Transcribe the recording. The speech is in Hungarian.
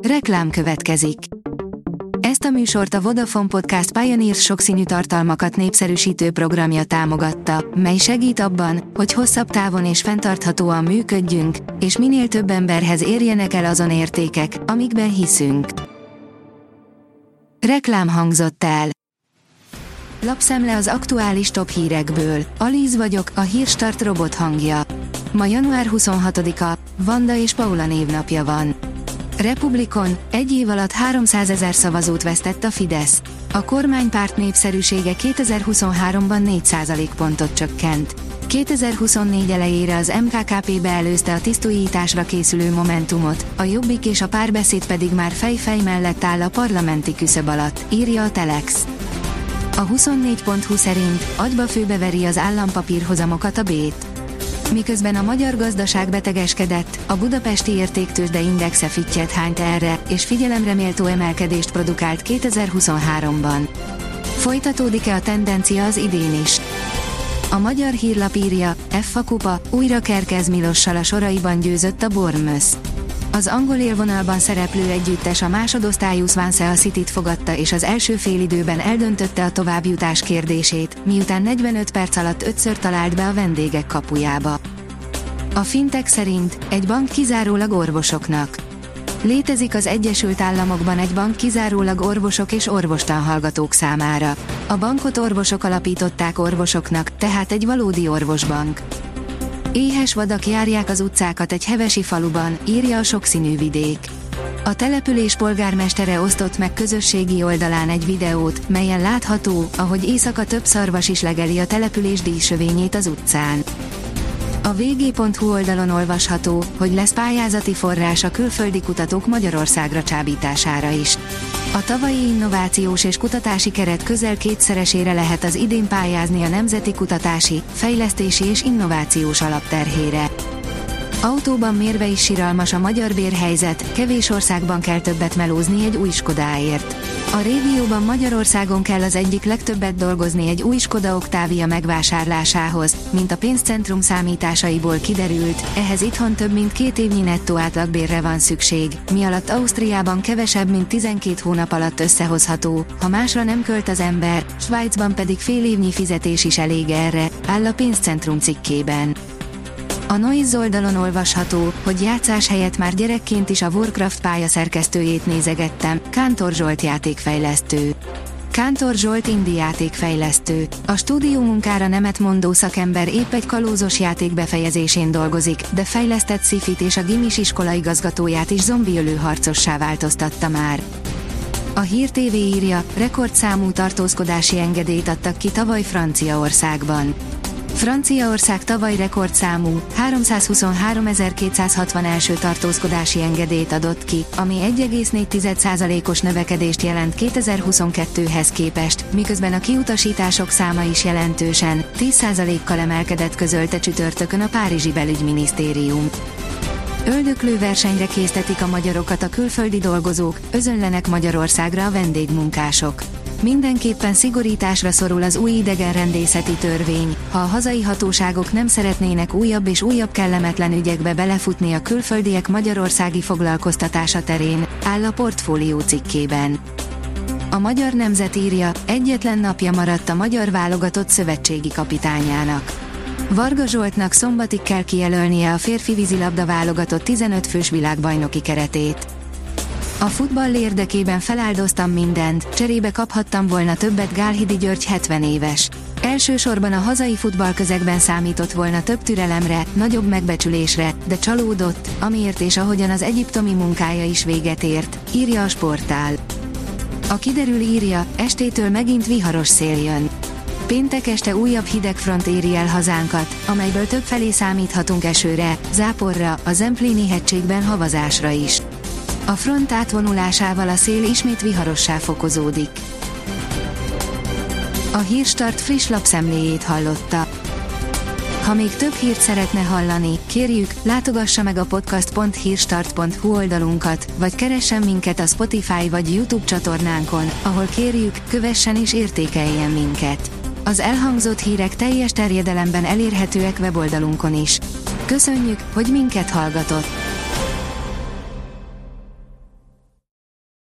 Reklám következik. Ezt a műsort a Vodafone Podcast Pioneers sokszínű tartalmakat népszerűsítő programja támogatta, mely segít abban, hogy hosszabb távon és fenntarthatóan működjünk, és minél több emberhez érjenek el azon értékek, amikben hiszünk. Reklám hangzott el. Lapszemle az aktuális top hírekből. Alíz vagyok, a Hírstart robot hangja. Ma január 26-a, Vanda és Paula névnapja van. Republikon, egy év alatt 300 000 szavazót vesztett a Fidesz. A kormánypárt népszerűsége 2023-ban 4% pontot csökkent. 2024 elejére az MKKP beelőzte a tisztújításra készülő Momentumot, a Jobbik és a Párbeszéd pedig már fej-fej mellett áll a parlamenti küszöb alatt, írja a Telex. A 24.20 szerint agyba főbeveri az állampapírhozamokat a Bét. Miközben a magyar gazdaság betegeskedett, a budapesti értéktőzsde indexe fittyet hányt erre, és figyelemre méltó emelkedést produkált 2023-ban. Folytatódik-e a tendencia az idén is? A magyar hírlap írja, F a kupa, újra Kerkez Milossal a soraiban győzött a Bournemouth. Az angol élvonalban szereplő együttes a másodosztályú Swansea Cityt fogadta és az első félidőben eldöntötte a továbbjutás kérdését, miután 45 perc alatt 5-ször talált be a vendégek kapujába. A Fintech szerint egy bank kizárólag orvosoknak. Létezik az Egyesült Államokban egy bank kizárólag orvosok és orvostanhallgatók számára. A bankot orvosok alapították orvosoknak, tehát egy valódi orvosbank. Éhes vadak járják az utcákat egy hevesi faluban, írja a sokszínű vidék. A település polgármestere osztott meg közösségi oldalán egy videót, melyen látható, ahogy éjszaka több szarvas is legeli a település díszsövényét az utcán. A vg.hu oldalon olvasható, hogy lesz pályázati forrás a külföldi kutatók Magyarországra csábítására is. A tavalyi innovációs és kutatási keret közel kétszeresére lehet az idén pályázni a Nemzeti Kutatási, Fejlesztési és Innovációs Alap terhére. Autóban mérve is siralmas a magyar bérhelyzet, kevés országban kell többet melózni egy új Skodáért. A régióban Magyarországon kell az egyik legtöbbet dolgozni egy új Skoda Octavia megvásárlásához, mint a pénzcentrum számításaiból kiderült, ehhez itthon több mint 2 évnyi nettó átlagbérre van szükség, mi alatt Ausztriában kevesebb mint 12 hónap alatt összehozható, ha másra nem költ az ember, Svájcban pedig fél évnyi fizetés is elég erre, áll a pénzcentrum cikkében. A Noise oldalon olvasható, hogy játszás helyett már gyerekként is a Warcraft pályaszerkesztőjét nézegettem, Kántor Zsolt játékfejlesztő. Kántor Zsolt indie játékfejlesztő, a stúdiómunkára nemet mondó szakember épp egy kalózos játék befejezésén dolgozik, de fejlesztett szifit és a gimis iskola igazgatóját is zombiölő harcossá változtatta már. A Hír TV írja, rekordszámú tartózkodási engedélyt adtak ki tavaly Franciaországban. Franciaország tavaly rekordszámú, 323.260 első tartózkodási engedélyt adott ki, ami 1,4%-os növekedést jelent 2022-hez képest, miközben a kiutasítások száma is jelentősen, 10%-kal emelkedett, közölte csütörtökön a párizsi belügyminisztérium. Öldöklő versenyre késztetik a magyarokat a külföldi dolgozók, özönlenek Magyarországra a vendégmunkások. Mindenképpen szigorításra szorul az új idegenrendészeti törvény, ha a hazai hatóságok nem szeretnének újabb és újabb kellemetlen ügyekbe belefutni a külföldiek magyarországi foglalkoztatása terén, áll a Portfólió cikkében. A Magyar Nemzet írja, egyetlen napja maradt a magyar válogatott szövetségi kapitányának. Varga Zsoltnak szombatig kell kijelölnie a férfi vízilabda válogatott 15 fős világbajnoki keretét. A futball érdekében feláldoztam mindent, cserébe kaphattam volna többet. Gálhidi György 70 éves. Elsősorban a hazai futballközegben számított volna több türelemre, nagyobb megbecsülésre, de csalódott, amiért és ahogyan az egyiptomi munkája is véget ért, írja a Sportál. A Kiderül írja, estétől megint viharos szél jön. Péntek este újabb hidegfront éri el hazánkat, amelyből többfelé számíthatunk esőre, záporra, a Zempléni hegységben havazásra is. A front átvonulásával a szél ismét viharossá fokozódik. A Hírstart friss lapszemléjét hallotta. Ha még több hírt szeretne hallani, kérjük, látogassa meg a podcast.hírstart.hu oldalunkat, vagy keressen minket a Spotify vagy YouTube csatornánkon, ahol kérjük, kövessen és értékeljen minket. Az elhangzott hírek teljes terjedelemben elérhetőek weboldalunkon is. Köszönjük, hogy minket hallgatott!